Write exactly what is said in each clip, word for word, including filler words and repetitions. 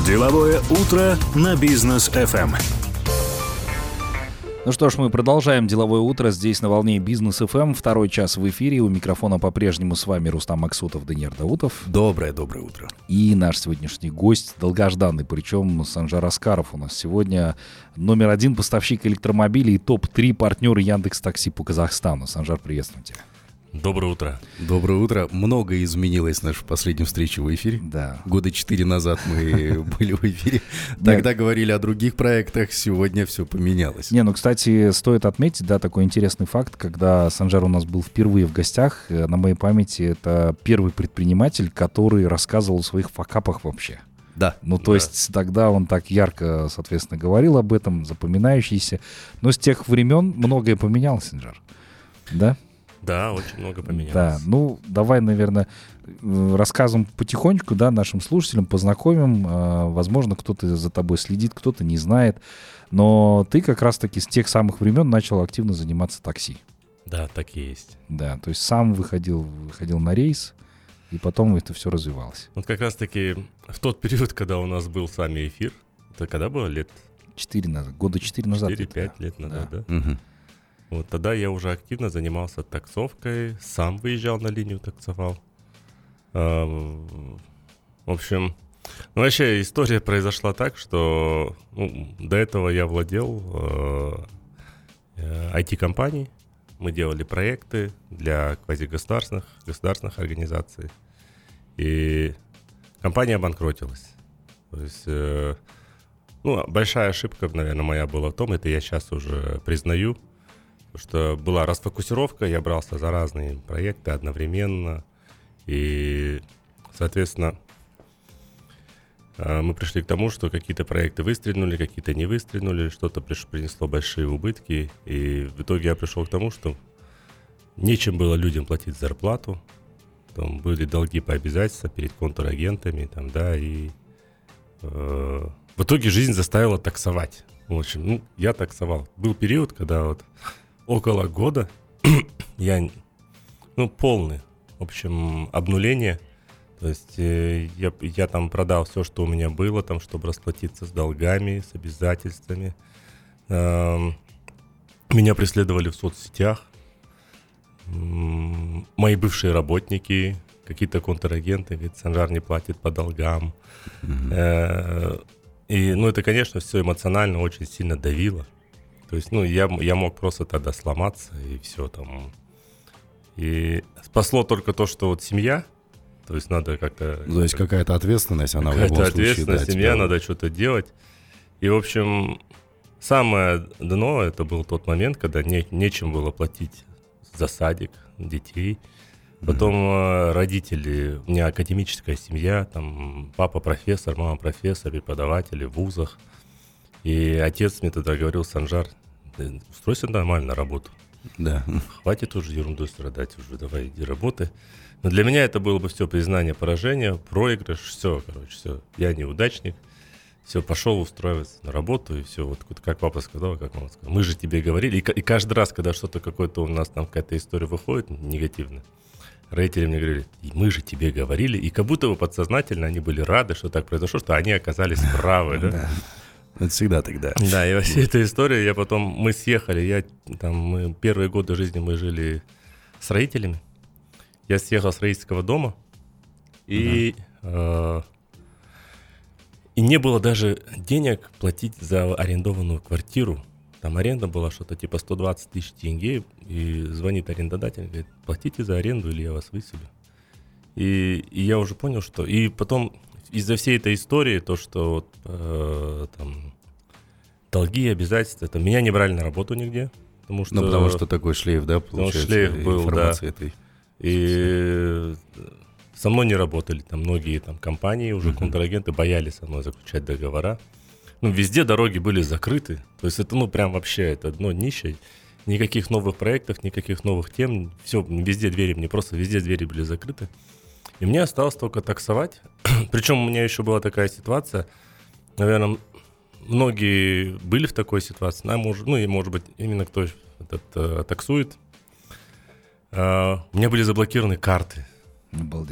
Деловое утро на Бизнес эф эм. Ну что ж, мы продолжаем деловое утро здесь на волне Бизнес эф эм. Второй час в эфире. У микрофона по-прежнему с вами Рустам Максутов, Даниил Даутов. Доброе, доброе утро. И наш сегодняшний гость, долгожданный, причем Санжар Аскаров у нас сегодня номер один поставщик электромобилей и топ три партнера Яндекс.Такси по Казахстану. Санжар, приветствуем тебя. Доброе утро. Доброе утро. Многое изменилось в нашей последней встрече в эфире. Да. Года четыре назад мы были в эфире. Тогда говорили о других проектах, сегодня все поменялось. Не, ну, кстати, стоит отметить, да, такой интересный факт, когда Санжар у нас был впервые в гостях, на моей памяти это первый предприниматель, который рассказывал о своих факапах вообще. Да. Ну, то Да. есть тогда он так ярко, соответственно, говорил об этом, запоминающийся. Но с тех времен многое поменялось, Санжар. Да? Да, очень много поменялось. Да, ну давай, наверное, рассказываем потихонечку, да, нашим слушателям, познакомим. Возможно, кто-то за тобой следит, кто-то не знает. Но ты как раз-таки с тех самых времен начал активно заниматься такси. Да, так и есть. Да, то есть сам выходил, выходил на рейс, и потом это все развивалось. Вот как раз-таки в тот период, когда у нас был с вами эфир, это когда было? Лет Четыре назад, года четыре назад. четыре-пять лет назад, да? Мгм. Вот тогда я уже активно занимался таксовкой, сам выезжал на линию, таксовал. А, В общем, ну, вообще история произошла так, что ну, до этого я владел э, э, ай ти-компанией. Мы делали проекты для квазигосударственных государственных организаций. И компания обанкротилась. То есть, э, ну, большая ошибка, наверное, моя была в том, это я сейчас уже признаю, что была расфокусировка, я брался за разные проекты одновременно, и, соответственно, мы пришли к тому, что какие-то проекты выстрелили, какие-то не выстрелили, что-то принесло большие убытки, и в итоге я пришел к тому, что нечем было людям платить зарплату, там были долги по обязательствам перед контрагентами, там, да, и э, в итоге жизнь заставила таксовать. В общем, ну, я таксовал. Был период, когда вот около года я, ну, полный, в общем, обнуление. То есть э, я, я там продал все, что у меня было, там, чтобы расплатиться с долгами, с обязательствами. Эм, меня преследовали в соцсетях. М, мои бывшие работники, какие-то контрагенты, говорят, Санжар не платит по долгам. Мгм. Э, и, ну, это, конечно, все эмоционально очень сильно давило. То есть, ну, я, я мог просто тогда сломаться, и все там. И спасло только то, что вот семья, то есть надо как-то... То есть какая-то ответственность, она в Какая-то любом случае, ответственность, да, семья, тебя- надо что-то делать. И, в общем, самое дно, это был тот момент, когда не, нечем было платить за садик, детей. Потом э, родители, у меня академическая семья, там папа профессор, мама профессор, преподаватели в вузах. И отец мне тогда говорил: Санжар, ты устройся нормально на работу. Да. Хватит уже ерундой страдать, уже давай иди работай. Но для меня это было бы все признание поражения, проигрыш, все, короче, все. Я неудачник, все, пошел устраиваться на работу, и все. Вот как папа сказал, как мама сказала, мы же тебе говорили. И, и каждый раз, когда что-то какое-то у нас там какая-то история выходит негативная, родители мне говорили: мы же тебе говорили. И как будто бы подсознательно они были рады, что так произошло, что они оказались правы, да? Да. Это всегда тогда. Да, и во всей этой истории я потом, мы съехали, я там, мы первые годы жизни мы жили с родителями. Я съехал с родительского дома, и, э, и не было даже денег платить за арендованную квартиру. Там аренда была что-то типа сто двадцать тысяч тенге, и звонит арендодатель, говорит: платите за аренду, или я вас выселю. И, и я уже понял, что... И потом из-за всей этой истории, то, что вот, э, там, долги, обязательства, это, меня не брали на работу нигде. Потому что, Ну, потому что такой шлейф, да, потому что получается, шлейф был, информации да. этой. И со мной не работали там многие там компании, уже контрагенты боялись со мной заключать договора. Ну, везде дороги были закрыты. То есть это, ну, прям вообще, это дно нищее. Никаких новых проектов, никаких новых тем. Все, везде двери, мне просто везде двери были закрыты. И мне осталось только таксовать. Причем у меня еще была такая ситуация. Наверное, многие были в такой ситуации. А может, ну, и может быть, именно кто этот, э, таксует. Uh, у меня были заблокированы карты. Обалдеть.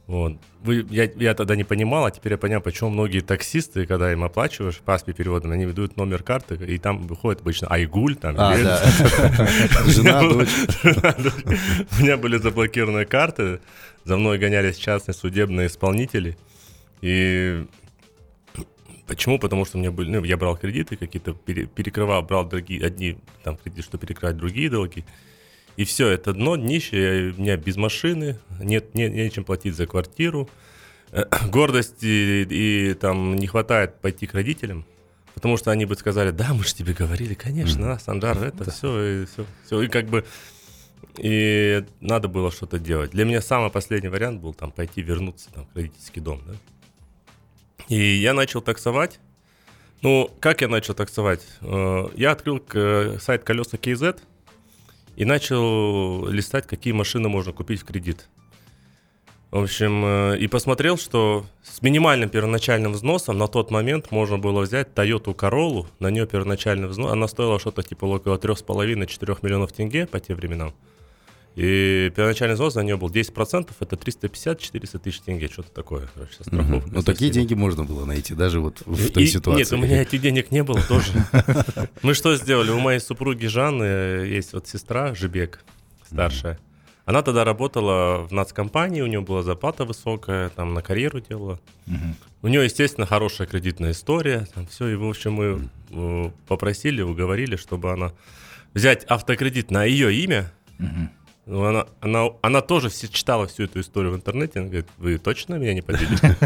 Вот. Вы, я, я тогда не понимал, а теперь я понял, почему многие таксисты, когда им оплачиваешь паспи переводом, они выдают номер карты, и там выходит обычно Айгуль, там, А, да. Жена, дочь. У меня были заблокированы карты, за мной гонялись частные судебные исполнители. И почему? Потому что у меня были, ну, я брал кредиты какие-то, перекрывал, брал другие, одни там кредиты, чтобы перекрывать другие долги. И все, это дно, днище, у меня без машины, нет, нет, нечем платить за квартиру, гордости и, и там не хватает пойти к родителям, потому что они бы сказали, да, мы же тебе говорили, конечно, mm-hmm. Санжар, это да. все, и все, все, и как бы, и надо было что-то делать. Для меня самый последний вариант был там пойти вернуться там, в родительский дом, да. И я начал таксовать. Ну, как я начал таксовать? Я открыл сайт колеса кей зет, и начал листать, какие машины можно купить в кредит. В общем, и посмотрел, что с минимальным первоначальным взносом на тот момент можно было взять Toyota Corolla, на нее первоначальный взнос, она стоила что-то типа около три с половиной - четыре миллионов тенге по тем временам. И первоначальный взнос на нее был десять процентов, это триста пятьдесят - четыреста тысяч тенге, что-то такое, короче, страховка. Ну, такие деньги можно было найти, даже вот в той и, ситуации. Нет, у меня этих денег не было тоже. Мы что сделали? У моей супруги Жанны есть вот сестра Жибек, старшая. Она тогда работала в нацкомпании, у нее была зарплата высокая, там на карьеру делала. У нее, естественно, хорошая кредитная история, там все. И, в общем, мы попросили, уговорили, чтобы она взять автокредит на ее имя. Ну, она, она, она тоже все, читала всю эту историю в интернете. Она говорит, вы точно меня не подвели?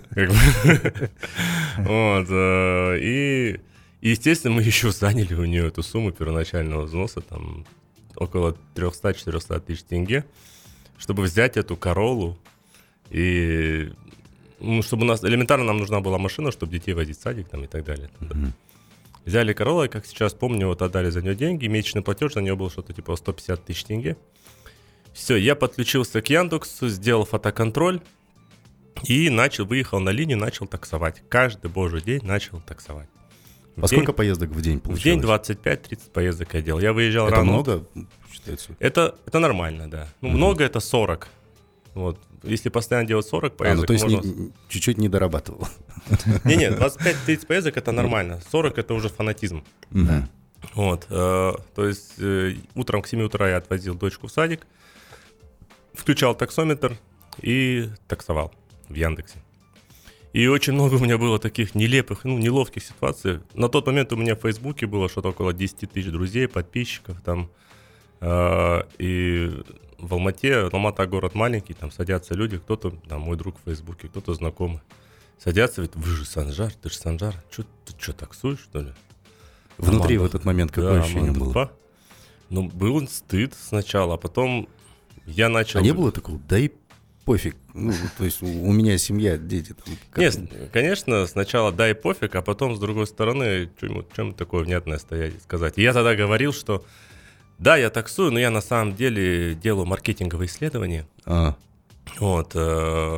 Вот. И, естественно, мы еще заняли у нее эту сумму первоначального взноса, там, около триста-четыреста тысяч тенге, чтобы взять эту Короллу. И, ну, чтобы у нас, элементарно нам нужна была машина, чтобы детей возить в садик там, и так далее. Взяли Короллу, как сейчас помню, вот отдали за нее деньги, месячный платеж за нее был что-то типа сто пятьдесят тысяч тенге. Все, я подключился к Яндексу, сделал фотоконтроль и начал, выехал на линию, начал таксовать. Каждый божий день начал таксовать. А сколько поездок в день получилось? В день двадцать пять - тридцать поездок я делал. Я выезжал это рано. много считается? Это, это нормально, да. Ну, угу. Много это сорок. Вот. Если постоянно делать сорок поездок, а, ну, то есть можно... не, чуть-чуть не дорабатывал. Не-не, двадцать пять - тридцать поездок это нормально. сорок это уже фанатизм. Да. Вот. Э, то есть э, утром к семи утра я отвозил дочку в садик, включал таксометр и таксовал в Яндексе. И очень много у меня было таких нелепых, ну, неловких ситуаций. На тот момент у меня в Фейсбуке было что-то около десять тысяч друзей, подписчиков там. Э, и в Алмате, Алмата город маленький, там садятся люди, кто-то, там, мой друг в Фейсбуке, кто-то знакомый. Садятся, говорит, вы же Санжар, ты же Санжар, Чё, ты что, таксуешь, что ли? Внутри Аманда. В этот момент какое да, ощущение было? Па. Ну, был стыд сначала, а потом я начал... А не было такого, да и пофиг, ну, то есть у, у меня семья, дети там... Как... Нет, конечно, сначала да и пофиг, а потом, с другой стороны, что-нибудь такое внятное стоять, сказать. И я тогда говорил, что да, я таксую, но я на самом деле делаю маркетинговые исследования. А. Вот. Э,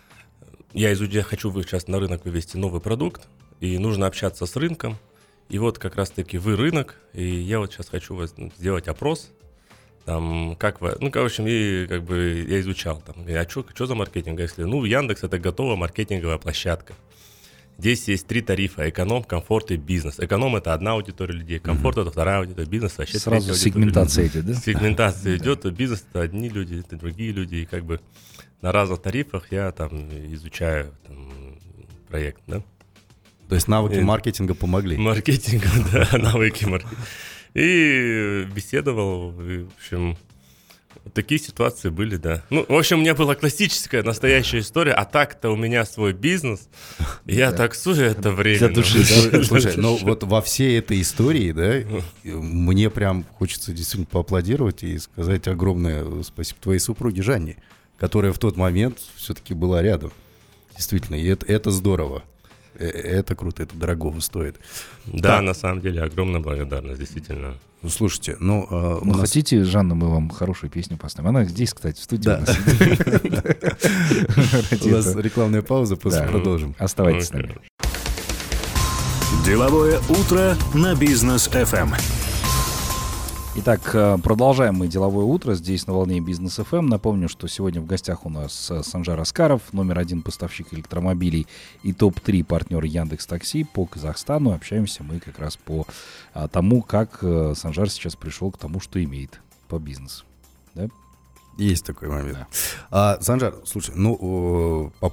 я, изуч... я хочу сейчас на рынок вывести новый продукт, и нужно общаться с рынком. И вот как раз-таки вы рынок, и я вот сейчас хочу сделать опрос, там, как вы, ну, в общем, и как бы я изучал, там, а что за маркетинг, если, ну, Яндекс это готовая маркетинговая площадка. Здесь есть три тарифа: эконом, комфорт и бизнес. Эконом это одна аудитория людей, комфорт mm-hmm. это вторая аудитория, бизнес вообще сразу сегментация идет, да? Сегментация идет, бизнес это одни люди, это другие люди, и как бы на разных тарифах я там изучаю там, проект, да. То есть навыки маркетинга помогли? Маркетинга, да, навыки маркетинга. И беседовал, и, в общем, такие ситуации были, да. Ну, в общем, у меня была классическая, настоящая история, а так-то у меня свой бизнес, я таксую это время. Слушай, ну вот во всей этой истории, да, мне прям хочется действительно поаплодировать и сказать огромное спасибо твоей супруге Жанне, которая в тот момент все-таки была рядом. Действительно, и это, это здорово. Это круто, это дорогого стоит. Да, так. На самом деле, огромная благодарность, действительно. Ну, слушайте, ну... Э, ну, нас... хотите, Жанна, мы вам хорошую песню поставим? Она здесь, кстати, в студии. Да. У нас рекламная пауза, после продолжим. Оставайтесь с нами. Деловое утро на Бизнес эф эм. Итак, продолжаем мы деловое утро здесь на волне Бизнес эф эм. Напомню, что сегодня в гостях у нас Санжар Аскаров, номер один поставщик электромобилей и топ три партнер Яндекс.Такси по Казахстану. Общаемся мы как раз по а, тому, как а, Санжар сейчас пришел к тому, что имеет по бизнесу. Да? Есть такой момент. Да. А, Санжар, слушай, ну, по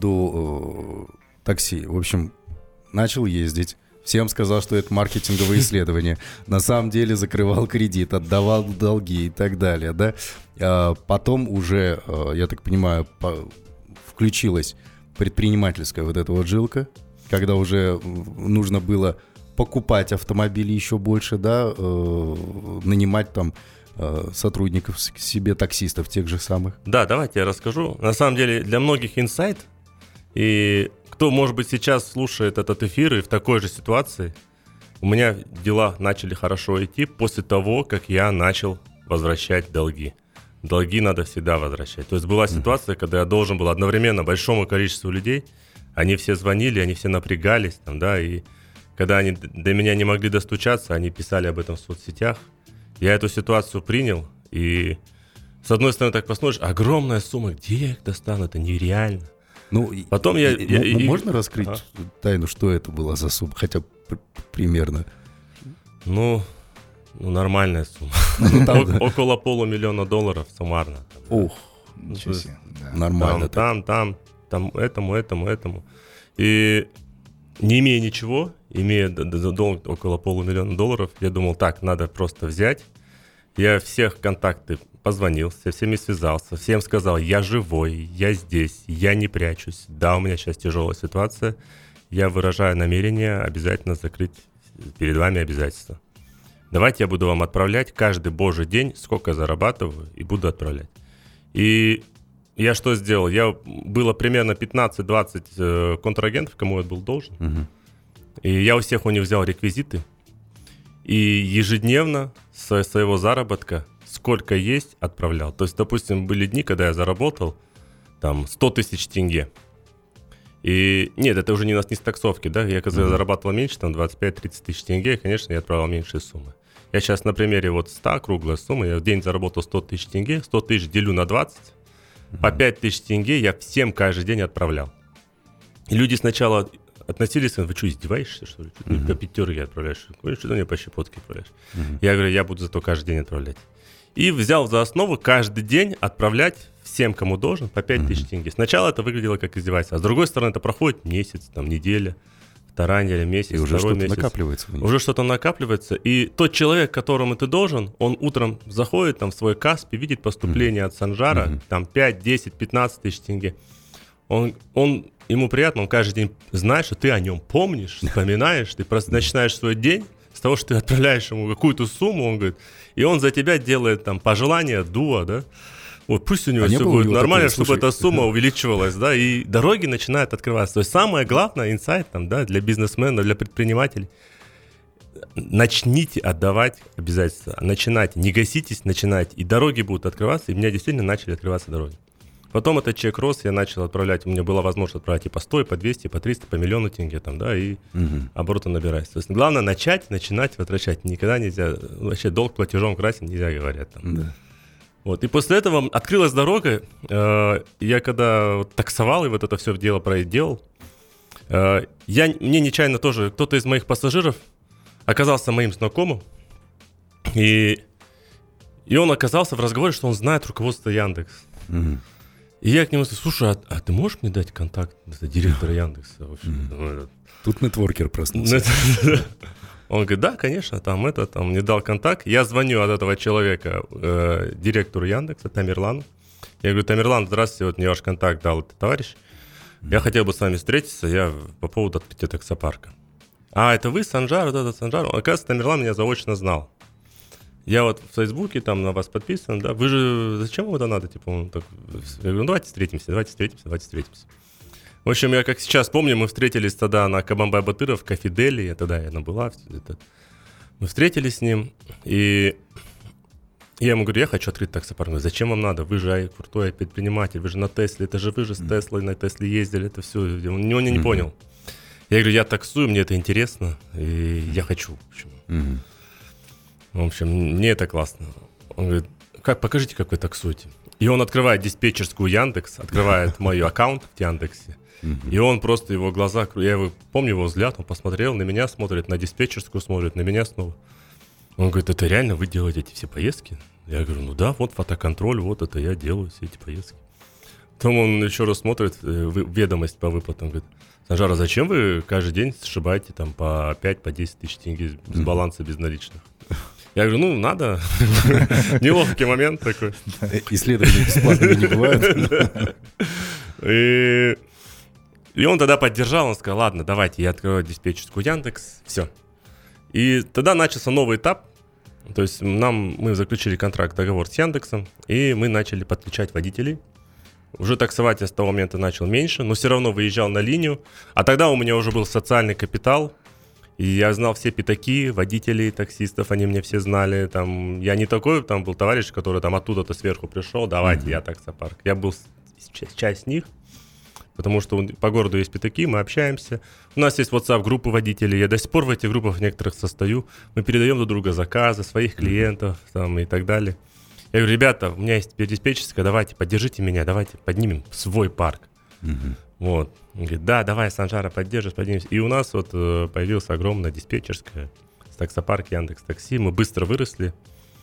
поводу такси. В общем, начал ездить. Всем сказал, что это маркетинговое исследование. На самом деле закрывал кредит, отдавал долги и так далее, да. А потом уже, я так понимаю, включилась предпринимательская вот эта вот жилка, когда уже нужно было покупать автомобили еще больше, да, нанимать там сотрудников себе, таксистов тех же самых. Да, давайте я расскажу. На самом деле для многих инсайт, и кто, может быть, сейчас слушает этот эфир и в такой же ситуации, у меня дела начали хорошо идти после того, как я начал возвращать долги. Долги надо всегда возвращать. То есть была ситуация, когда я должен был одновременно большому количеству людей, они все звонили, они все напрягались, там, да, и когда они до меня не могли достучаться, они писали об этом в соцсетях. Я эту ситуацию принял, и с одной стороны так посмотришь, огромная сумма, где я их достану, это нереально. Ну, потом я... и, я, ну, и, можно раскрыть а? тайну, что это была за сумма, хотя бы примерно? Ну, ну нормальная сумма. Около полумиллиона долларов суммарно. Ух, ничего себе. Нормально. Там, там, там, этому, этому, этому. И не имея ничего, имея долг около полумиллиона долларов, я думал, так, надо просто взять. Я всех контакты позвонил, со всеми связался, всем сказал, я живой, я здесь, я не прячусь. Да, у меня сейчас тяжелая ситуация. Я выражаю намерение обязательно закрыть перед вами обязательства. Давайте я буду вам отправлять каждый божий день, сколько зарабатываю, и буду отправлять. И я что сделал? Я было примерно пятнадцать-двадцать э, контрагентов, кому я был должен. Угу. И я у всех у них взял реквизиты. И ежедневно со своего заработка сколько есть, отправлял. То есть, допустим, были дни, когда я заработал там сто тысяч тенге. И нет, это уже не, не с таксовки, да? Я когда mm-hmm. зарабатывал меньше, там двадцать пять-тридцать тысяч тенге, конечно, я отправлял меньшие суммы. Я сейчас на примере вот ста, круглая сумма, я в день заработал сто тысяч тенге, сто тысяч делю на двадцать, mm-hmm. по пять тысяч тенге я всем каждый день отправлял. И люди сначала относились, вы что, издеваешься, что ли? Mm-hmm. По пятерке отправляешь, что ты мне по щепотке отправляешь? Mm-hmm. Я говорю, я буду зато каждый день отправлять. И взял за основу каждый день отправлять всем, кому должен, по пять тысяч тенге. Сначала это выглядело как издевательство, а с другой стороны это проходит месяц, там, неделя, вторая неделя, месяц, и уже второй что-то месяц. накапливается. Уже что-то накапливается. И тот человек, которому ты должен, он утром заходит там, в свой Каспи, видит поступление mm-hmm. от Санжара, mm-hmm. там пять, десять, пятнадцать тысяч тенге. Он, он, ему приятно, он каждый день знает, что ты о нем помнишь, вспоминаешь, ты просто начинаешь свой день с того, что ты отправляешь ему какую-то сумму, он говорит, и он за тебя делает там пожелания, дуа, да, вот пусть у него а все будет нормально, такого, чтобы эта сумма увеличивалась, да, и дороги начинают открываться. То есть самое главное, инсайт там, да, для бизнесмена, для предпринимателей, начните отдавать обязательства, начинайте, не гаситесь, начинайте, и дороги будут открываться, и у меня действительно начали открываться дороги. Потом этот чек рос, я начал отправлять, у меня была возможность отправлять и по сто, и по двести, и по триста, по миллиону тенге там, да, и угу. обороты набирается. То есть главное начать, начинать возвращать. Никогда нельзя, вообще долг платежом красен нельзя, говорят там. Да. Вот, и после этого открылась дорога, э, я когда вот таксовал и вот это все дело проделал, э, я, мне нечаянно тоже, кто-то из моих пассажиров оказался моим знакомым, и, и он оказался в разговоре, что он знает руководство Яндекс. Угу. И я к нему сказал, слушай, а, а ты можешь мне дать контакт директора Яндекса? В общем, mm-hmm. Тут нетворкер проснулся. Он говорит, да, конечно, там это, там мне дал контакт. Я звоню от этого человека э, директору Яндекса, Тамерлану. Я говорю, Тамерлан, здравствуйте, вот мне ваш контакт дал этот товарищ. Я хотел бы с вами встретиться, я по поводу открытия таксопарка. А, это вы, Санжар, вот этот Санжар? Оказывается, Тамерлан меня заочно знал. Я вот в Фейсбуке там на вас подписан, да, вы же, зачем вам это надо, типа, он так, я говорю, ну давайте встретимся, давайте встретимся, давайте встретимся. В общем, я как сейчас помню, мы встретились тогда на Кабанбай-Батыров, в Кафе Дели, тогда я была, это. Мы встретились с ним, и я ему говорю, я хочу открыть таксопарк. Он говорит, зачем вам надо, вы же крутой предприниматель, вы же на Тесле, это же вы же с Теслой на Тесле ездили, это все, он, он не mm-hmm. понял. Я говорю, я таксую, мне это интересно, и я хочу. В общем. Mm-hmm. В общем, мне это классно. Он говорит, как, покажите, как вы таксуете. И он открывает диспетчерскую Яндекс, открывает мой аккаунт в Яндексе. И он просто, его глаза, я его, помню его взгляд, он посмотрел, на меня смотрит, на диспетчерскую смотрит, на меня снова. Он говорит, это реально вы делаете эти все поездки? Я говорю, ну да, вот фотоконтроль, вот это я делаю все эти поездки. Потом он еще раз смотрит, ведомость по выплатам, говорит, Санжар, а зачем вы каждый день сшибаете там по пять-десять тысяч тенге с баланса безналичных? Я говорю, ну, надо. Неловкий момент такой. Исследования бесплатными не бывают. И... И он тогда поддержал, он сказал, ладно, давайте, я открою диспетчерскую Яндекс, все. И тогда начался новый этап, то есть нам, мы заключили контракт, договор с Яндексом, и мы начали подключать водителей. Уже таксовать я с того момента начал меньше, но все равно выезжал на линию, а тогда у меня уже был социальный капитал, и я знал все пятаки, водителей, таксистов, они меня все знали, там, я не такой, там был товарищ, который там оттуда-то сверху пришел, давайте, mm-hmm. я таксопарк, я был часть них. Потому что по городу есть пятаки, мы общаемся. У нас есть WhatsApp-группы водителей. Я до сих пор в этих группах некоторых состою. Мы передаем друг другу заказы, своих клиентов там, и так далее. Я говорю, ребята, у меня есть теперь диспетчерская, давайте, поддержите меня, давайте поднимем свой парк. Mm-hmm. Вот. Он говорит, да, давай, Санжара, поддержишь, поднимемся. И у нас вот э, появилась огромная диспетчерская таксопарк Яндекс.Такси. Мы быстро выросли.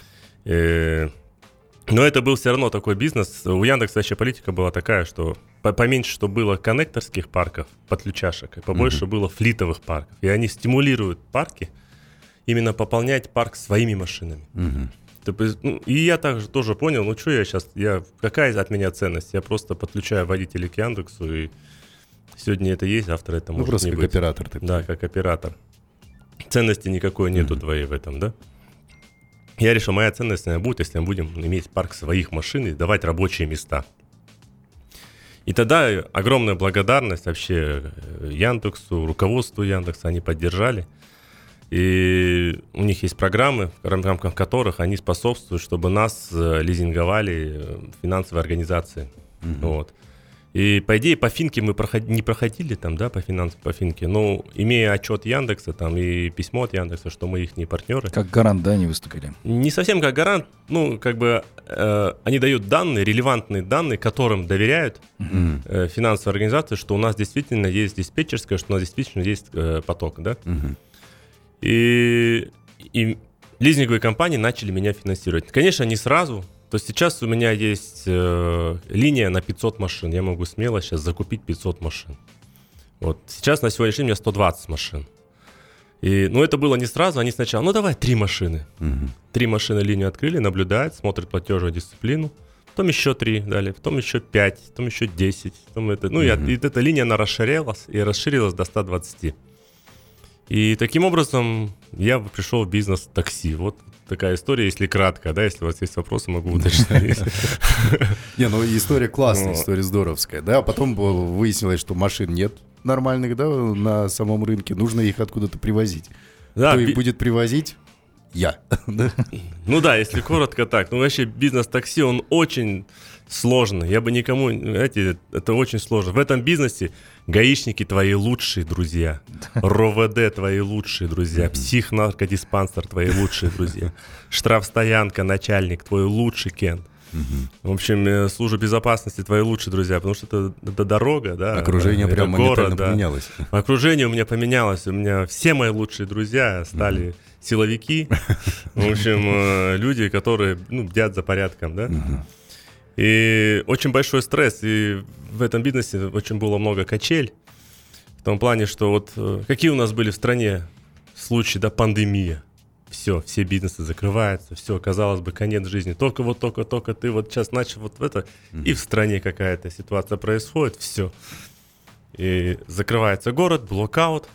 Э, Но это был все равно такой бизнес. У Яндекса вообще политика была такая, что поменьше, что было коннекторских парков, подключашек, и побольше mm-hmm. было флитовых парков. И они стимулируют парки именно пополнять парк своими машинами. Mm-hmm. Ну, и я также тоже понял, ну что я сейчас, я, какая от меня ценность? Я просто подключаю водителей к Яндексу, и сегодня это есть, завтра это ну, может просто не как быть. Оператор. Ты да, как оператор. Ценности никакой нету mm-hmm. твоей в этом, да? Я решил, моя ценность наверное, будет, если мы будем иметь парк своих машин и давать рабочие места. И тогда огромная благодарность вообще Яндексу, руководству Яндекса, они поддержали. И у них есть программы, в рамках которых они способствуют, чтобы нас лизинговали финансовые организации. Mm-hmm. Вот. И, по идее, по финке мы проход... не проходили там, да, по финансам, по финке, но имея отчет Яндекса там и письмо от Яндекса, что мы их не партнеры. Как гарант, да, они выступили? Не совсем как гарант, ну, как бы э, они дают данные, релевантные данные, которым доверяют mm-hmm. э, финансовые организации, что у нас действительно есть диспетчерская, что у нас действительно есть э, поток, да. Mm-hmm. И, и лизинговые компании начали меня финансировать. Конечно, не сразу. То есть сейчас у меня есть э, линия на пятьсот машин. Я могу смело сейчас закупить пятьсот машин. Вот. Сейчас на сегодняшний день у меня сто двадцать машин. И, ну, это было не сразу. Они сначала, ну, давай три машины. Угу. Три машины линию открыли, наблюдают, смотрят платежную дисциплину. Потом еще три дали, потом еще пять, потом еще десять. Потом это, ну, угу. я, и эта линия, она расширялась, и расширилась до ста двадцати. И таким образом я пришел в бизнес такси. Вот такая история, если кратко, да, если у вас есть вопросы, могу уточнить. Не, ну история классная, история здоровская, да, потом выяснилось, что машин нет нормальных, да, на самом рынке, нужно их откуда-то привозить. Кто их будет привозить? Я. Ну да, если коротко так, ну вообще бизнес такси, он очень сложный, я бы никому, знаете, это очень сложно. В этом бизнесе гаишники твои лучшие друзья, РОВД твои лучшие друзья, психнаркодиспансер твои лучшие друзья, штрафстоянка, начальник твой лучший Кен. В общем, служба безопасности твои лучшие друзья, потому что это, это дорога, да. Окружение это прям город, моментально да. поменялось. Окружение у меня поменялось, у меня все мои лучшие друзья стали силовики, в общем, люди, которые, ну, бдят за порядком, да. И очень большой стресс, и в этом бизнесе очень было много качель, в том плане, что вот какие у нас были в стране случаи, да, пандемия, все, все бизнесы закрываются, все, казалось бы, конец жизни, только вот, только, только ты вот сейчас начал вот в это, mm-hmm. и в стране какая-то ситуация происходит, все, и закрывается город, блокаут,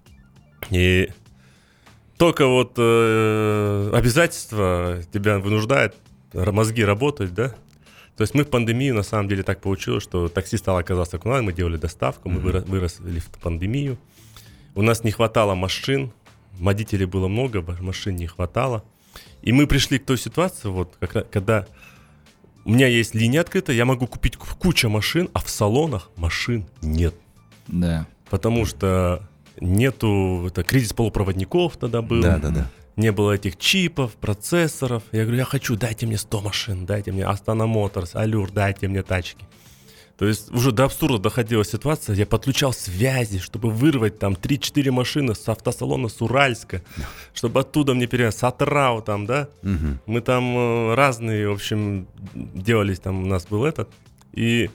и только вот э, обязательства тебя вынуждают, мозги работать, да. То есть мы в пандемию, на самом деле, так получилось, что такси стало оказаться к нам, мы делали доставку, мы mm-hmm. выросли в пандемию. У нас не хватало машин, водителей было много, машин не хватало. И мы пришли к той ситуации, вот, как, когда у меня есть линия открыта, я могу купить кучу машин, а в салонах машин нет. Да. Потому что нету, это кризис полупроводников тогда был. Да, да, да. не было этих чипов, процессоров. Я говорю, я хочу, дайте мне сто машин, дайте мне Астана Моторс, Аллюр, дайте мне тачки. То есть уже до абсурда доходила ситуация, я подключал связи, чтобы вырвать там три-четыре машины с автосалона с Уральска, чтобы оттуда мне перевезли, с Атрау там, да. Угу. Мы там э, разные, в общем, делались, там у нас был этот. И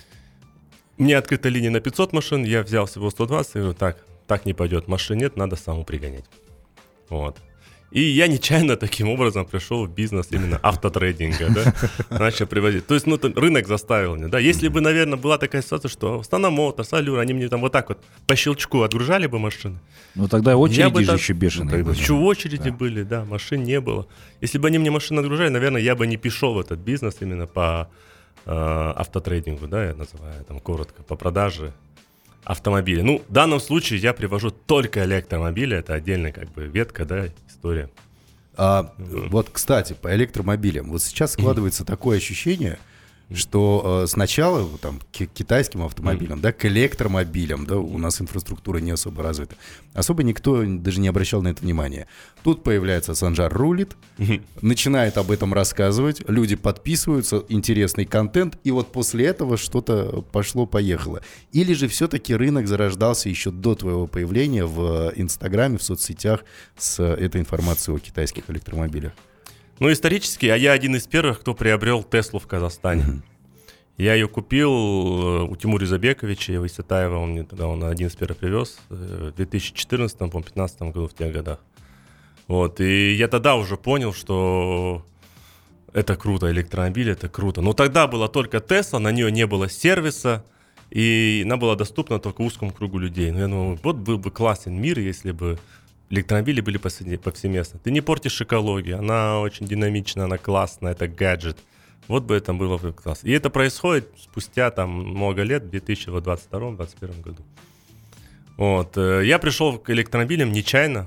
мне открыта линия на пятьсот машин, я взял всего сто двадцать, и говорю, так, так не пойдет, машин нет, надо саму пригонять. Вот. И я нечаянно таким образом пришел в бизнес именно автотрейдинга, да, начал привозить. То есть, ну, рынок заставил меня, да. Если бы, наверное, была такая ситуация, что Астана Моторс, Аллюр, они мне там вот так вот по щелчку отгружали бы машины. Ну, тогда очереди же так, еще бешеные были. Еще очереди да. были, да, машин не было. Если бы они мне машины отгружали, наверное, я бы не пришел в этот бизнес именно по э, автотрейдингу, да, я называю там коротко, по продаже автомобилей. Ну, в данном случае я привожу только электромобили, это отдельная как бы ветка, да, история. А, вот, кстати, по электромобилям. Вот сейчас складывается такое ощущение, что э, сначала там, к китайским автомобилям, да, к электромобилям, да, у нас инфраструктура не особо развита. Особо никто даже не обращал на это внимания. Тут появляется Санжар рулит, начинает об этом рассказывать, люди подписываются, интересный контент, и вот после этого что-то пошло-поехало. Или же все-таки рынок зарождался еще до твоего появления в Инстаграме, в соцсетях с этой информацией о китайских электромобилях? Ну, исторически, а я один из первых, кто приобрел Теслу в Казахстане. Uh-huh. Я ее купил у Тимура Забековича, его Исатаева, он мне тогда он один из первых привез, в две тысячи четырнадцатом, по-моему, пятнадцатом году, в тех годах. Вот, и я тогда уже понял, что это круто, электромобиль, это круто. Но тогда была только Тесла, на нее не было сервиса, и она была доступна только узкому кругу людей. Ну, я думаю, вот был бы классный мир, если бы электромобили были повсеместно. Ты не портишь экологию, она очень динамичная, она классная, это гаджет. Вот бы это было бы классно. И это происходит спустя там много лет, в две тысячи двадцать втором — две тысячи двадцать первом году. Вот. Я пришел к электромобилям нечаянно,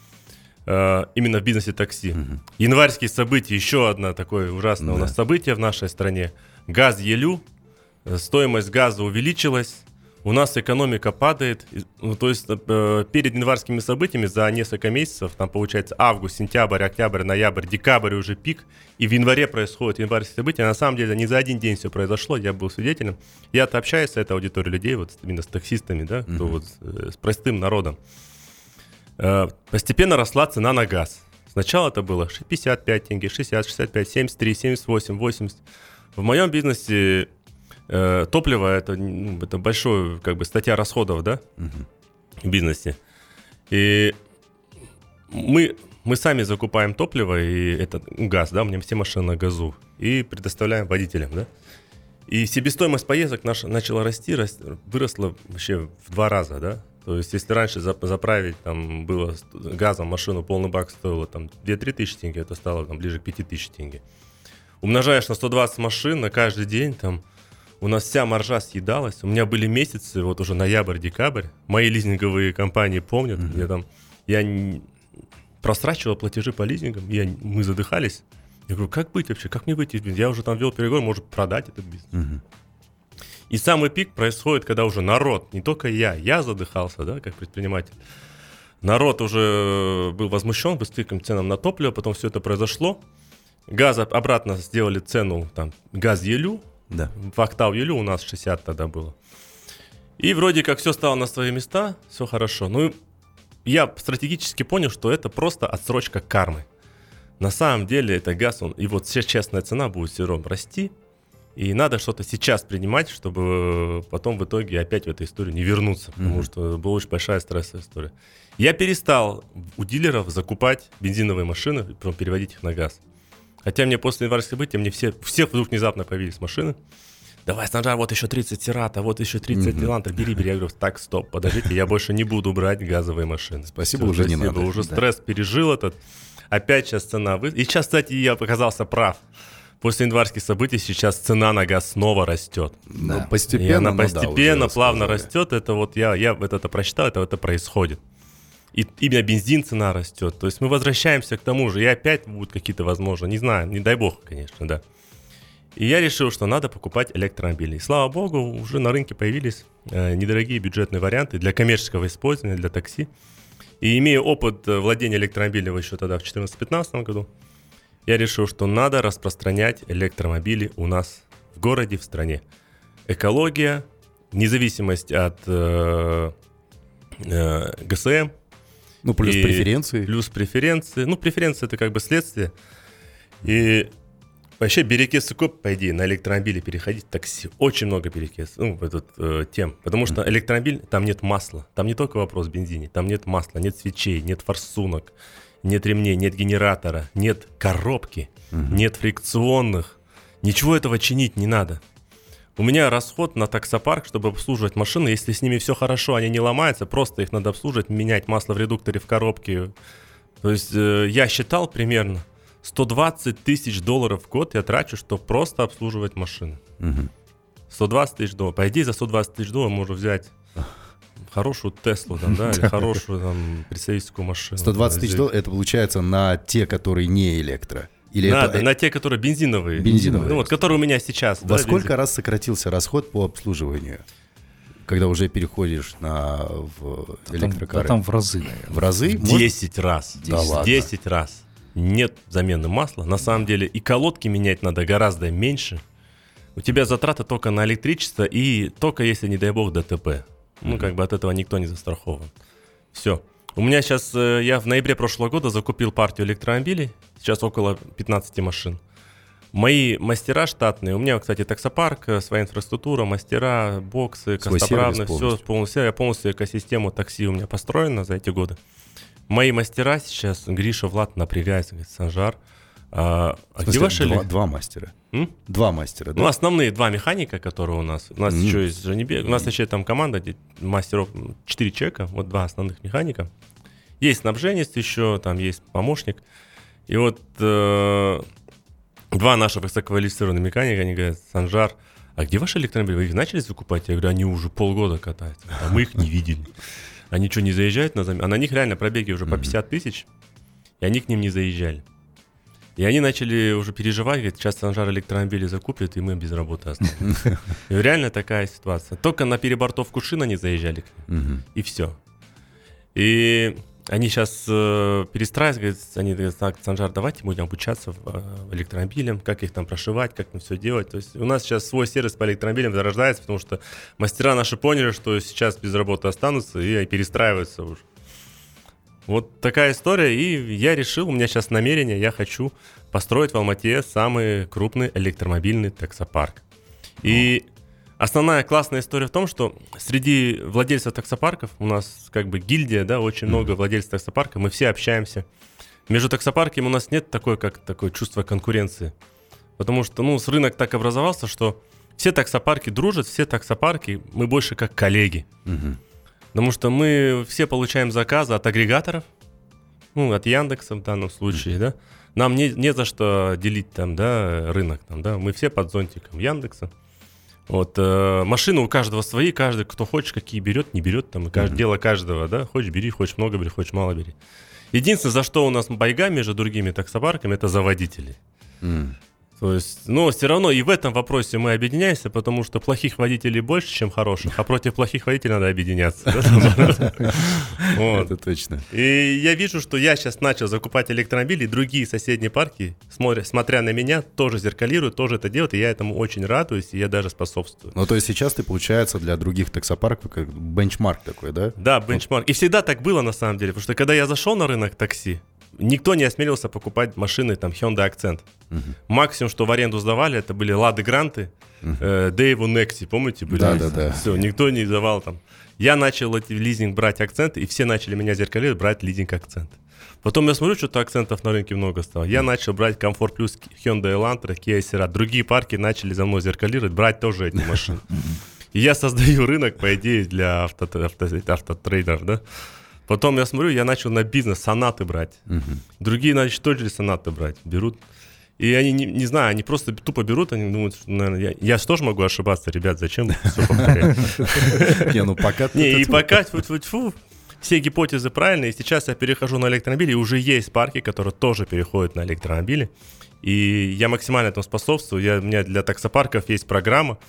именно в бизнесе такси. Uh-huh. Январские события, еще одно такое ужасное uh-huh. у нас событие в нашей стране. Газ Елю, стоимость газа увеличилась, у нас экономика падает, ну, то есть э, перед январскими событиями за несколько месяцев, там получается август, сентябрь, октябрь, ноябрь, декабрь уже пик, и в январе происходят январские события. На самом деле не за один день все произошло, я был свидетелем. Я-то общаюсь с этой аудиторией людей, вот именно с таксистами, да, uh-huh. вот, э, с простым народом. Э, постепенно росла цена на газ. Сначала это было пятьдесят пять тенге, шестьдесят, шестьдесят пять, семьдесят три, семьдесят восемь, восемьдесят. В моем бизнесе Э, топливо это, ну, это большая как бы статья расходов, да, uh-huh. в бизнесе. И мы, мы сами закупаем топливо и этот газ, да, у меня все машины на газу, и предоставляем водителям, да. И себестоимость поездок наша начала расти, расти, выросла вообще в два раза, да. То есть если раньше заправить там было газом машину, полный бак стоило там две-три тысячи тенге, это стало там ближе к пяти тысяч тенге. Умножаешь на сто двадцать машин на каждый день, там у нас вся маржа съедалась. У меня были месяцы, вот уже ноябрь-декабрь. Мои лизинговые компании помнят. Mm-hmm. Я там, я не, просрачивал платежи по лизингам. Я, мы задыхались. Я говорю, как быть вообще? Как мне выйти из бизнеса? Я уже там вел переговоры, может продать этот бизнес. Mm-hmm. И самый пик происходит, когда уже народ, не только я, я задыхался, да, как предприниматель. Народ уже был возмущен высоким ценам на топливо. Потом все это произошло. Газ обратно сделали цену, там, газ Елю. Да. В Актау Елю у нас шестьдесят тогда было. И вроде как все стало на свои места, все хорошо. Ну, я стратегически понял, что это просто отсрочка кармы. На самом деле это газ, он, и вот сейчас честная цена будет все равно расти. И надо что-то сейчас принимать, чтобы потом в итоге опять в эту историю не вернуться. Потому mm-hmm. что была очень большая стрессовая история. Я перестал у дилеров закупать бензиновые машины и потом переводить их на газ. Хотя мне после январских событий, мне все, все вдруг внезапно появились машины. Давай, Санжар, вот еще тридцать Сирата, вот еще тридцать Элантра, mm-hmm. бери, бери. Я говорю, так, стоп, подождите, я больше не буду брать газовые машины. Спасибо, все, уже спасибо, не надо. Уже да. стресс пережил этот. Опять сейчас цена вы... И сейчас, кстати, я оказался прав. После январских событий сейчас цена на газ снова растет. Да. Ну, постепенно, и она ну, постепенно, да, плавно растет. Это вот я, я это, это прочитал, это, это происходит. И именно бензин цена растет. То есть мы возвращаемся к тому же. И опять будут какие-то, возможно, не знаю, не дай бог, конечно, да. И я решил, что надо покупать электромобили. И слава богу, уже на рынке появились э, недорогие бюджетные варианты для коммерческого использования, для такси. И имея опыт владения электромобилем еще тогда в две тысячи четырнадцатом-пятнадцатом году, я решил, что надо распространять электромобили у нас в городе, в стране. Экология, независимость от э, э, ГСМ. Ну, плюс преференции. Плюс преференции. Ну, преференции — это как бы следствие. И вообще берекес и коп, по идее, на электромобиле переходить, такси. Очень много перекес, ну, этот, э, тем. Потому что электромобиль, там нет масла. Там не только вопрос в бензине. Там нет масла, нет свечей, нет форсунок, нет ремней, нет генератора, нет коробки, uh-huh. нет фрикционных. Ничего этого чинить не надо. У меня расход на таксопарк, чтобы обслуживать машины. Если с ними все хорошо, они не ломаются, просто их надо обслуживать, менять масло в редукторе, в коробке. То есть э, я считал примерно сто двадцать тысяч долларов в год я трачу, чтобы просто обслуживать машины. Угу. сто двадцать тысяч долларов. По идее, за сто двадцать тысяч долларов можно взять хорошую Теслу, там, да, или хорошую там, представительскую машину. сто двадцать тысяч долларов, это получается на те, которые не электро? Или на, это... на те, которые бензиновые. Бензиновые. Ну, вот, которые у меня сейчас. Во да, сколько бензин. раз сократился расход по обслуживанию, когда уже переходишь на в электрокары? Да там в разы, наверное. В разы? десять раз. Да ладно. десять раз. Нет замены масла. На самом деле и колодки менять надо гораздо меньше. У тебя затраты только на электричество и только если, не дай бог, ДТП. Mm-hmm. Ну, как бы от этого никто не застрахован. Все. У меня сейчас, я в ноябре прошлого года закупил партию электромобилей. Сейчас около пятнадцать машин. Мои мастера штатные, у меня, кстати, таксопарк, своя инфраструктура, мастера, боксы, костоправные, все полностью. Я полностью экосистему такси у меня построена за эти годы. Мои мастера сейчас, Гриша, Влад напрягается, говорит, Санжар, а, а где ваши... Два, два мастера. М? Два мастера, да? Ну, основные два механика, которые у нас. У нас mm. еще есть Женебек, у нас еще там команда, где мастеров четыре человека, вот два основных механика. Есть снабженец еще, там есть помощник. И вот э, два наших высококвалифицированных механика, они говорят, Санжар, а где ваши электромобили? Вы их начали закупать? Я говорю, они уже полгода катаются, а мы их не видели. Они что, не заезжают на замену? А на них реально пробеги уже по пятьдесят тысяч, и они к ним не заезжали. И они начали уже переживать, говорят, сейчас Санжар электромобили закупит, и мы без работы останемся. И реально такая ситуация. Только на перебортовку шин они заезжали к ним, и все. И они сейчас э, перестраиваются, говорят, они говорят, так, Санжар, давайте будем обучаться в, э, электромобилям, как их там прошивать, как там все делать. То есть у нас сейчас свой сервис по электромобилям зарождается, потому что мастера наши поняли, что сейчас без работы останутся и перестраиваются уже. Вот такая история, и я решил, у меня сейчас намерение, я хочу построить в Алмате самый крупный электромобильный таксопарк. И основная классная история в том, что среди владельцев таксопарков, у нас как бы гильдия, да, очень mm-hmm. много владельцев таксопарка, мы все общаемся. Между таксопарками у нас нет такой, как такое чувство конкуренции, потому что, ну, рынок так образовался, что все таксопарки дружат, все таксопарки, мы больше как коллеги. Mm-hmm. Потому что мы все получаем заказы от агрегаторов, ну, от Яндекса в данном случае, mm-hmm. да. Нам не, не за что делить там, да, рынок там, да. Мы все под зонтиком Яндекса. Вот, э, машины у каждого свои, каждый, кто хочет, какие берет, не берет, там, mm-hmm. дело каждого, да. Хочешь бери, хочешь много бери, хочешь мало бери. Единственное, за что у нас байга между другими таксопарками, это за водителей. Mm. То есть, но все равно и в этом вопросе мы объединяемся, потому что плохих водителей больше, чем хороших, а против плохих водителей надо объединяться. Это точно. И я вижу, что я сейчас начал закупать электромобили, и другие соседние парки, смотря на меня, тоже зеркалируют, тоже это делают, и я этому очень радуюсь, и я даже способствую. Ну, то есть сейчас ты, получается, для других таксопарков как бенчмарк такой, да? Да, бенчмарк. И всегда так было, на самом деле, потому что когда я зашел на рынок такси, никто не осмелился покупать машины, там, Hyundai Accent. Uh-huh. Максимум, что в аренду сдавали, это были Лады Гранты, uh-huh. э, Daewoo Nexi, помните? Были? Да, да, да. Все, никто не давал там. Я начал эти лизинг брать Акцент, и все начали меня зеркалировать, брать лизинг Акцент. Потом я смотрю, что-то акцентов на рынке много стало. Я uh-huh. начал брать Комфорт Плюс, Hyundai Elantra, Kia Cerat. Другие парки начали за мной зеркалировать, брать тоже эти машины. И я создаю рынок, по идее, для автотрейдеров, да? Потом я смотрю, я начал на бизнес сонаты брать. Uh-huh. Другие начали тоже сонаты брать, берут. И они, не, не знаю, они просто тупо берут, они думают, что, наверное, я, я же тоже могу ошибаться, ребят, зачем все повторять? Не, ну пока... Не, и пока, фу-фу-фу, все гипотезы правильные, и сейчас я перехожу на электромобили, и уже есть парки, которые тоже переходят на электромобили. И я максимально этому способствую, я, у меня для таксопарков есть программа,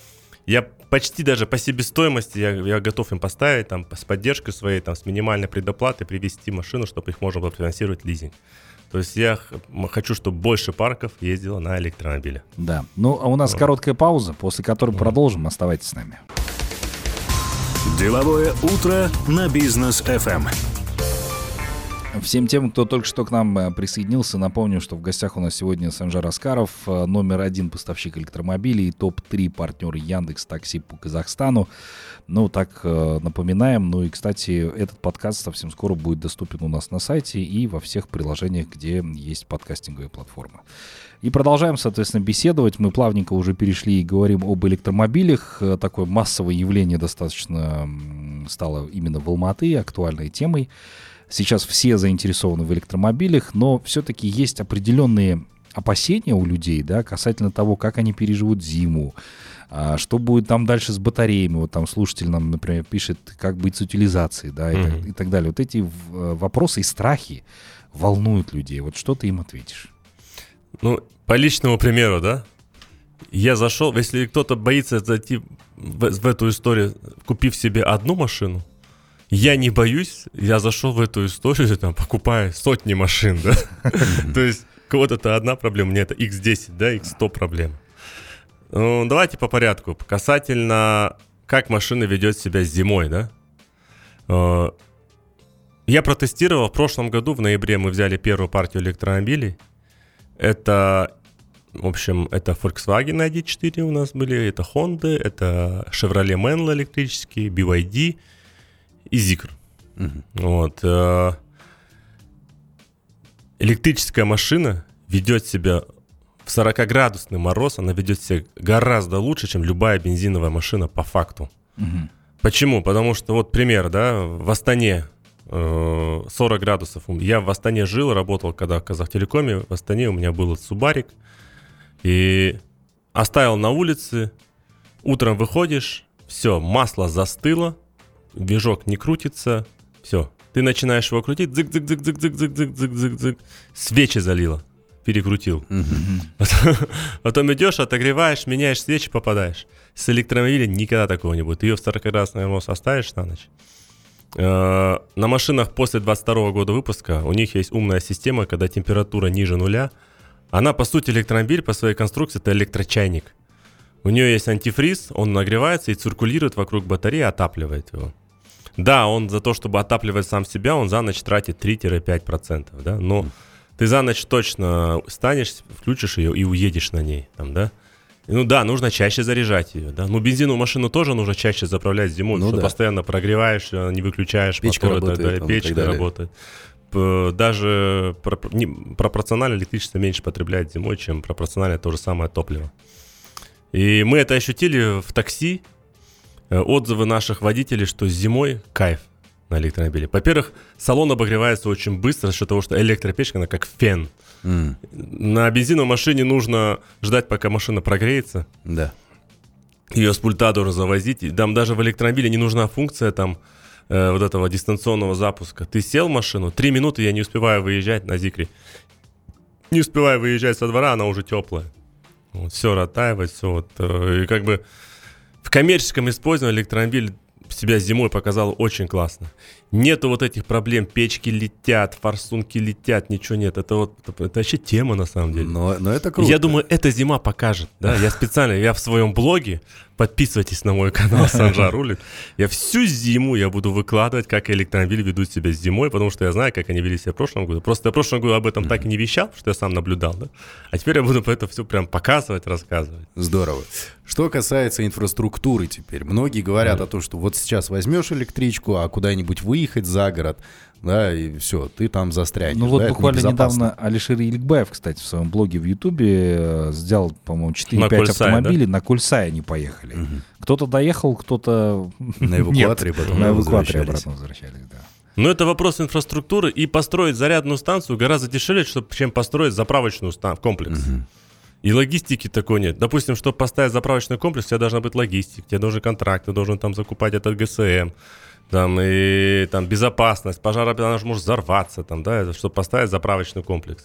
я почти даже по себестоимости я, я готов им поставить, там, с поддержкой своей, там, с минимальной предоплатой привезти машину, чтобы их можно было финансировать лизинг. То есть я х- хочу, чтобы больше парков ездило на электромобиле. Да. Ну, а у нас Вот. короткая пауза, после которой продолжим. Оставайтесь с нами. Деловое утро на Бизнес эф эм. Всем тем, кто только что к нам э, присоединился, напомню, что в гостях у нас сегодня Санжар Аскаров, э, номер один поставщик электромобилей, топ три партнер Яндекс Такси по Казахстану. Ну, так э, напоминаем. Ну и, кстати, этот подкаст совсем скоро будет доступен у нас на сайте и во всех приложениях, где есть подкастинговые платформы. И продолжаем, соответственно, беседовать. Мы плавненько уже перешли и говорим об электромобилях. Э, Такое массовое явление достаточно м, стало именно в Алматы актуальной темой. Сейчас все заинтересованы в электромобилях, но все-таки есть определенные опасения у людей, да, касательно того, как они переживут зиму, а, что будет там дальше с батареями. Вот там слушатель нам, например, пишет, как быть с утилизацией, да, и, Мгм. так, и так далее. Вот эти в- вопросы и страхи волнуют людей. Вот что ты им ответишь? Ну, по личному примеру, да, я зашел, если кто-то боится зайти в, в эту историю, купив себе одну машину, я не боюсь, я зашел в эту историю, там, покупая сотни машин, да. То есть, у кого-то это одна проблема, мне это икс десять, да, икс сто проблем. Ну, давайте по порядку. Касательно, как машина ведет себя зимой, да. Э, Я протестировал в прошлом году, в ноябре мы взяли первую партию электромобилей. Это, в общем, это Volkswagen ай ди четыре у нас были, это Honda, это Chevrolet Menlo электрический, би вай ди и Zikr. Мгм. Вот. э, Электрическая машина ведет себя в сорокаградусный мороз, она ведет себя гораздо лучше, чем любая бензиновая машина по факту. Мгм. Почему? Потому что, вот пример, да, в Астане э, сорок градусов. Я в Астане жил, работал, когда в Казахтелекоме. В Астане у меня был Субарик. И оставил на улице. Утром выходишь, все, масло застыло, движок не крутится, все. Ты начинаешь его крутить, дзык-дзык-дзык-дзык-дзык-дзык-дзык-дзык. Свечи залило, перекрутил. Мгм. Потом, потом идешь, отогреваешь, меняешь свечи, попадаешь. С электромобилем никогда такого не будет. Ты ее в сорокаградусный мороз оставишь на ночь. Э, На машинах после двадцать второго года выпуска у них есть умная система, когда температура ниже нуля. Она, по сути, электромобиль по своей конструкции, это электрочайник. У нее есть антифриз, он нагревается и циркулирует вокруг батареи, отапливает его. Да, он за то, чтобы отапливать сам себя, он за ночь тратит три-пять процентов, да, но ты за ночь точно станешь, включишь ее и уедешь на ней, там, да. Ну да, нужно чаще заряжать ее, да. Ну, бензиновую машину тоже нужно чаще заправлять зимой, Ну потому что да. постоянно прогреваешь, э, не выключаешь Печка мотор и так работает, далее, там, и так печка далее. работает. П- Даже про- не- пропорционально электричество меньше потребляет зимой, чем пропорционально то же самое топливо. И мы это ощутили в такси. Э, Отзывы наших водителей, что зимой кайф на электромобиле. Во-первых, салон обогревается очень быстро за счет того, что электропечка, она как фен. М, На бензиновой машине нужно ждать, пока машина прогреется. Да. Ее с пульта должен завозить. И там даже в электромобиле не нужна функция там э, вот этого дистанционного запуска. Ты сел в машину, три минуты я не успеваю выезжать на Зикре. Не успеваю выезжать со двора, она уже теплая. Вот, все ротаивает, все вот. э, И как бы в коммерческом использовании электромобиль себя зимой показал очень классно. Нету вот этих проблем, печки летят, форсунки летят, ничего нет. Это вот это, это вообще тема на самом деле. Но, но это круто. Я думаю, эта зима покажет. Да? Я специально, я в своем блоге, подписывайтесь на мой канал Санжар Рулит. Я всю зиму я буду выкладывать, как электромобили ведут себя зимой, потому что я знаю, как они вели себя в прошлом году. Просто я в прошлом году об этом так и не вещал, потому что я сам наблюдал. Да? А теперь я буду по это все прям показывать, рассказывать. Здорово. Что касается инфраструктуры теперь. Многие говорят о том, что вот сейчас возьмешь электричку, а куда-нибудь выехать за город, да, и все, ты там застрянешь. Ну вот да, это буквально небезопасно. недавно Алишер Еликбаев, кстати, в своем блоге в Ютубе э, сделал, по-моему, четыре-пять Кульсае, автомобилей. На Кульсае они поехали. Кто-то доехал, кто-то На эвакуаторе нет. потом На эвакуаторе возвращались. обратно возвращались, да. Но это вопрос инфраструктуры, и построить зарядную станцию гораздо дешевле, чтоб- чем построить заправочную станцию, комплекс. И логистики такой нет. Допустим, чтобы поставить заправочный комплекс, у тебя должна быть логистика, у тебя должен контракт, ты должен там закупать этот ГСМ, там, и там безопасность, пожар, она же может взорваться, там, да, чтобы поставить заправочный комплекс.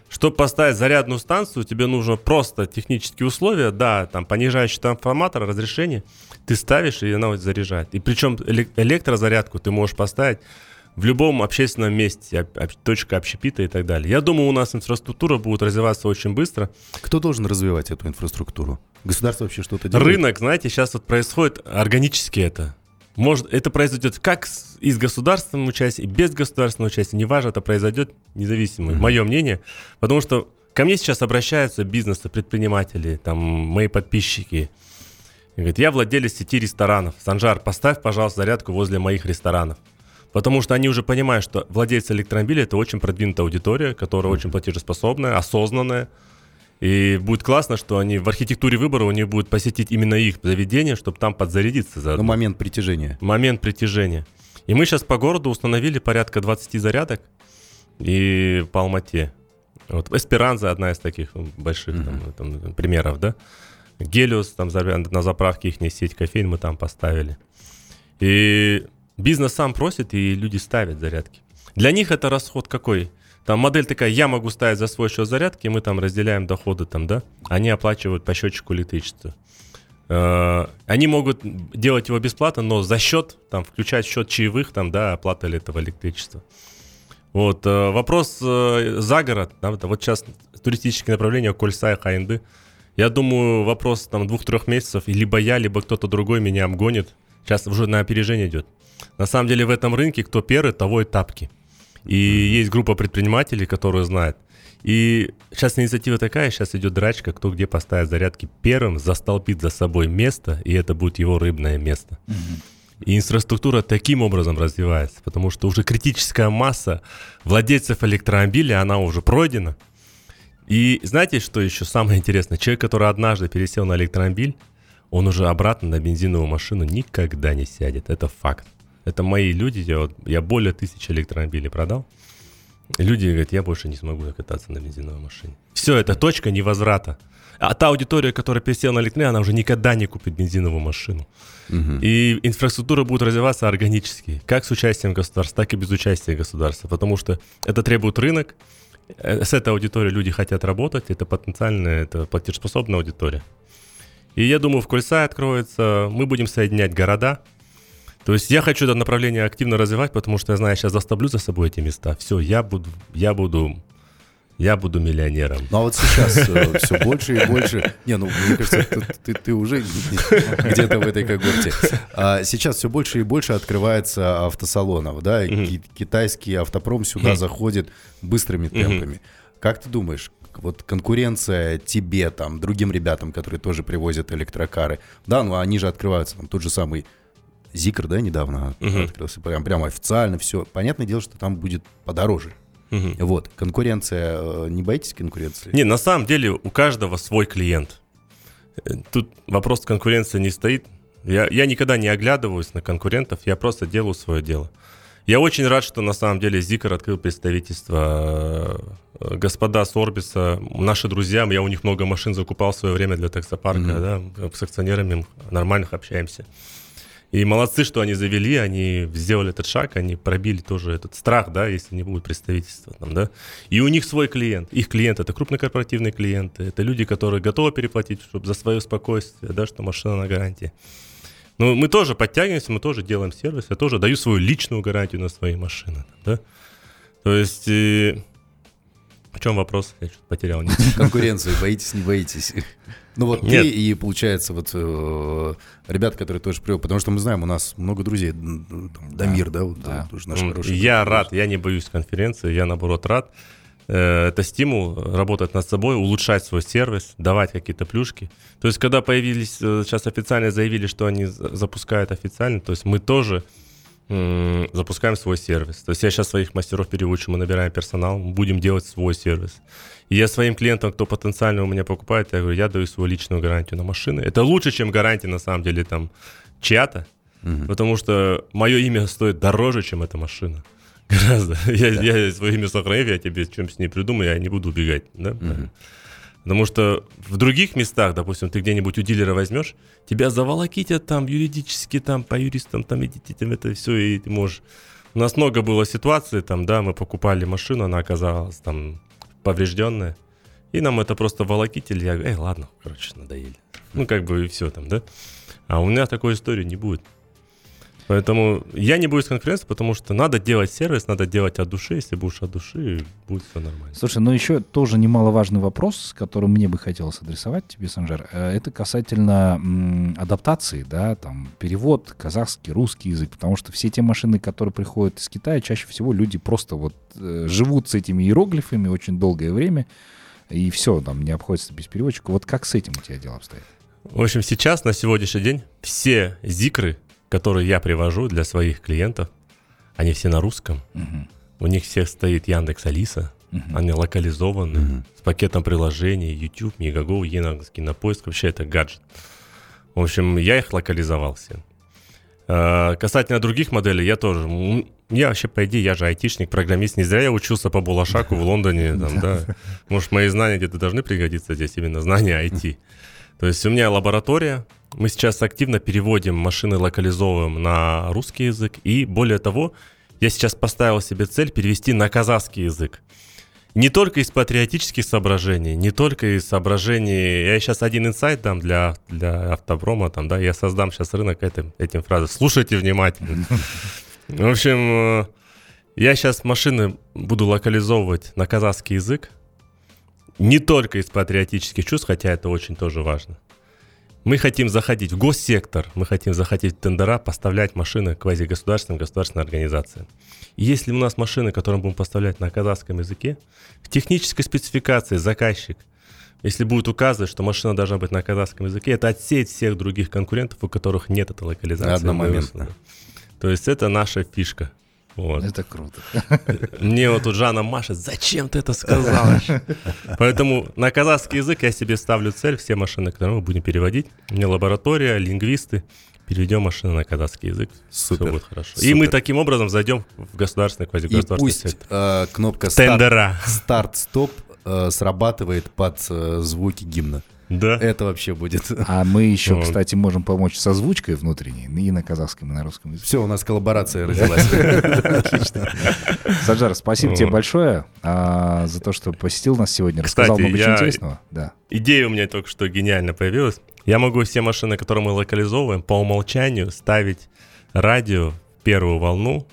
Чтобы поставить зарядную станцию, тебе нужно просто технические условия, да, там понижающий трансформатор, разрешение, ты ставишь, и она заряжает. И причем электрозарядку ты можешь поставить в любом общественном месте, точка общепита и так далее. Я думаю, у нас инфраструктура будет развиваться очень быстро. Кто должен развивать эту инфраструктуру? Государство вообще что-то делает? Рынок, знаете, сейчас вот происходит органически это. Может, это произойдет как с, и с государственным участием, и без государственного участия. Неважно, это произойдет независимо, mm-hmm. мое мнение. Потому что ко мне сейчас обращаются бизнесы, предприниматели, там, мои подписчики. И говорят, я владелец сети ресторанов. Санжар, поставь, пожалуйста, зарядку возле моих ресторанов. Потому что они уже понимают, что владельцы электромобиля — это очень продвинутая аудитория, которая mm-hmm. очень платежеспособная, осознанная. И будет классно, что они в архитектуре выбора у них будет посетить именно их заведение, чтобы там подзарядиться заодно. Ну, момент притяжения. Момент притяжения. И мы сейчас по городу установили порядка двадцать зарядок и по Алмате. Вот Эсперанза одна из таких больших mm-hmm. там, там, примеров, да. Гелиос, там на заправке их сеть, кофеин мы там поставили. И бизнес сам просит, и люди ставят зарядки. Для них это расход какой? Там модель такая, я могу ставить за свой счет зарядки, мы там разделяем доходы, там, да, они оплачивают по счетчику электричества. Э-э- они могут делать его бесплатно, но за счет, там, включать счет чаевых, там, да, оплата этого электричества. Вот, э- вопрос э- за город, да, вот сейчас туристические направления, Кольсай, Хайнды, я думаю, вопрос, там, двух-трех месяцев, и либо я, либо кто-то другой меня обгонит, сейчас уже на опережение идет. На самом деле в этом рынке кто первый, того и тапки. И есть группа предпринимателей, которые знают. И сейчас инициатива такая, сейчас идет драчка, кто где поставит зарядки первым, застолбит за собой место, и это будет его рыбное место. Mm-hmm. И инфраструктура таким образом развивается, потому что уже критическая масса владельцев электромобиля, она уже пройдена. И знаете, что еще самое интересное? Человек, который однажды пересел на электромобиль, он уже обратно на бензиновую машину никогда не сядет. Это факт. Это мои люди, я, вот, я более тысячи электромобилей продал. Люди говорят, я больше не смогу кататься на бензиновой машине. Все, это точка невозврата. А та аудитория, которая пересела на электромобиль, она уже никогда не купит бензиновую машину. Угу. И инфраструктура будет развиваться органически, как с участием государства, так и без участия государства. Потому что это требует рынок. С этой аудиторией люди хотят работать. Это потенциальная, это платежеспособная аудитория. И я думаю, в Кольсай откроется, мы будем соединять города. То есть я хочу это направление активно развивать, потому что я знаю, я сейчас заставлю за собой эти места. Все, я буду, я буду, я буду миллионером. Ну а вот сейчас э, все больше и больше. Не, ну мне кажется, ты, ты, ты уже где-то в этой когорте. А сейчас все больше и больше открывается автосалонов, да? Mm-hmm. Китайский автопром сюда mm-hmm. заходит быстрыми темпами. Mm-hmm. Как ты думаешь? Вот конкуренция тебе, там, другим ребятам, которые тоже привозят электрокары. Да, ну они же открываются, там, тот же самый Зикр, да, недавно uh-huh. открылся, прям, прям официально все. Понятное дело, что там будет подороже. Uh-huh. Вот, конкуренция, не боитесь конкуренции? Не, на самом деле у каждого свой клиент. Тут вопрос конкуренции не стоит. Я, я никогда не оглядываюсь на конкурентов, я просто делаю свое дело. Я очень рад, что на самом деле Зикр открыл представительство. Господа с Орбиса, наши друзья, я у них много машин закупал в свое время для таксопарка, uh-huh. да, с акционерами нормальных общаемся. И молодцы, что они завели, они сделали этот шаг, они пробили тоже этот страх, да, если не будет представительства там, да. И у них свой клиент. Их клиент — это крупнокорпоративные клиенты, это люди, которые готовы переплатить, чтобы за свое спокойствие, да, что машина на гарантии. Но мы тоже подтягиваемся, мы тоже делаем сервис, я тоже даю свою личную гарантию на свои машины, да. То есть, и... в чем вопрос? Я что-то потерял. Конкуренцию боитесь, не боитесь? Ну вот Нет. ты и, получается, вот э, ребята, которые тоже приводят, потому что мы знаем, у нас много друзей, там, Дамир, да, вот, да. тоже наш хороший. Я рад, я не боюсь конференции, я, наоборот, рад. Э, это стимул работать над собой, улучшать свой сервис, давать какие-то плюшки. То есть, когда появились, сейчас официально заявили, что они запускают официально, то есть мы тоже м- запускаем свой сервис. То есть я сейчас своих мастеров переучу, мы набираем персонал, будем делать свой сервис. И я своим клиентам, кто потенциально у меня покупает, я говорю, я даю свою личную гарантию на машины. Это лучше, чем гарантия, на самом деле, там, чья-то, угу. потому что мое имя стоит дороже, чем эта машина. Гораздо. Я, да. я свое имя сохраню, я тебе чем с ней придумаю, я не буду убегать. Да? Угу. Потому что в других местах, допустим, ты где-нибудь у дилера возьмешь, тебя заволокитят там юридически, там, по юристам, там, идите, там, это все, и ты можешь... У нас много было ситуаций, там, да, мы покупали машину, она оказалась там поврежденная. И нам это просто волокитель. Я говорю, эй, ладно, короче, надоели. Ну, как бы и все там, да? А у меня такой истории не будет. Поэтому я не боюсь конкуренции, потому что надо делать сервис, надо делать от души. Если будешь от души, будет все нормально. Слушай, ну еще тоже немаловажный вопрос, который мне бы хотелось адресовать тебе, Санжар. Это касательно м, адаптации, да, там, перевод, казахский, русский язык. Потому что все те машины, которые приходят из Китая, чаще всего люди просто вот э, живут с этими иероглифами очень долгое время, и все, там, не обходится без переводчика. Вот как с этим у тебя дело обстоит? В общем, сейчас, на сегодняшний день, все зикры, которые я привожу для своих клиентов, они все на русском. Uh-huh. У них всех стоит Яндекс.Алиса. Uh-huh. Они локализованы, uh-huh. с пакетом приложений, YouTube, Мегаго, Яндекс, Кинопоиск. Вообще это гаджет. В общем, я их локализовал все. А, касательно других моделей, я тоже... Я вообще, по идее, я же айтишник, программист. Не зря я учился по Булашаку в Лондоне. Там, да. Может, мои знания где-то должны пригодиться здесь, именно знания ай ти. То есть у меня лаборатория. Мы сейчас активно переводим машины, локализовываем на русский язык. И более того, я сейчас поставил себе цель перевести на казахский язык. Не только из патриотических соображений, не только из соображений... Я сейчас один инсайт дам для, для автопрома. Там, да, я создам сейчас рынок этим, этим фразой. Слушайте внимательно. В общем, я сейчас машины буду локализовывать на казахский язык. Не только из патриотических чувств, хотя это очень тоже важно. Мы хотим заходить в госсектор, мы хотим заходить в тендера, поставлять машины квазигосударственным, государственным организациям. И если у нас машины, которые мы будем поставлять на казахском языке, в технической спецификации заказчик, если будет указывать, что машина должна быть на казахском языке, это отсеять всех других конкурентов, у которых нет этой локализации. Одномоментно. То есть это наша фишка. Вот. Это круто. Мне вот тут Жанна машет, зачем ты это сказал? Поэтому на казахский язык я себе ставлю цель, все машины, которые мы будем переводить. У меня лаборатория, лингвисты, переведем машины на казахский язык. Супер. Все будет хорошо. Супер. И мы таким образом зайдем в государственный, квазигосударственный И пусть сектор. э, кнопка старт, Тендера. старт-стоп э, срабатывает под э, звуки гимна. Да. Это вообще будет. А мы еще, Вот. кстати, можем помочь с озвучкой внутренней и на казахском, и на русском языке. Все, у нас коллаборация родилась. Отлично. Санжар, спасибо Вот. тебе большое а, за то, что посетил нас сегодня, рассказал Кстати, много чего я- интересного. Да. Идея у меня только что гениально появилась. Я могу все машины, которые мы локализовываем, по умолчанию ставить радио в первую волну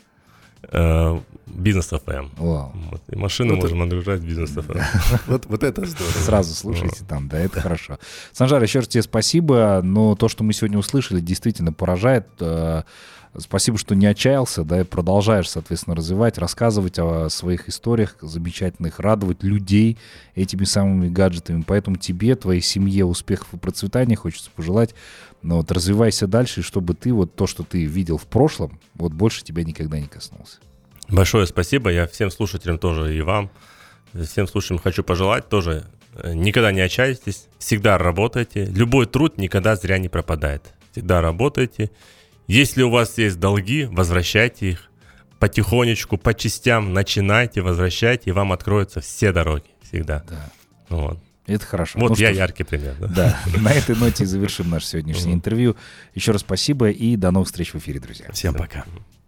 э, Бизнес эф эм. Вау. Вот. И машины Вот можем нагружать в Бизнес эф эм. Вот, вот это здорово. Сразу слушайте там, да, это хорошо. Санжар, еще раз тебе спасибо, но то, что мы сегодня услышали, действительно поражает. Э, Спасибо, что не отчаялся, да, и продолжаешь, соответственно, развивать, рассказывать о своих историях замечательных, радовать людей этими самыми гаджетами. Поэтому тебе, твоей семье успехов и процветания хочется пожелать. Но вот развивайся дальше, и чтобы ты вот то, что ты видел в прошлом, вот больше тебя никогда не коснулся. Большое спасибо. Я всем слушателям тоже и вам, всем слушателям хочу пожелать тоже. Никогда не отчаивайтесь, всегда работайте. Любой труд никогда зря не пропадает. Всегда работайте. Если у вас есть долги, возвращайте их потихонечку, по частям начинайте, возвращайте, и вам откроются все дороги всегда. Да. Вот, Это хорошо. вот Ну я что ж, яркий пример. Да? Да, на этой ноте и завершим наше сегодняшнее Мгм. интервью. Еще раз спасибо и до новых встреч в эфире, друзья. Всем пока. Мгм.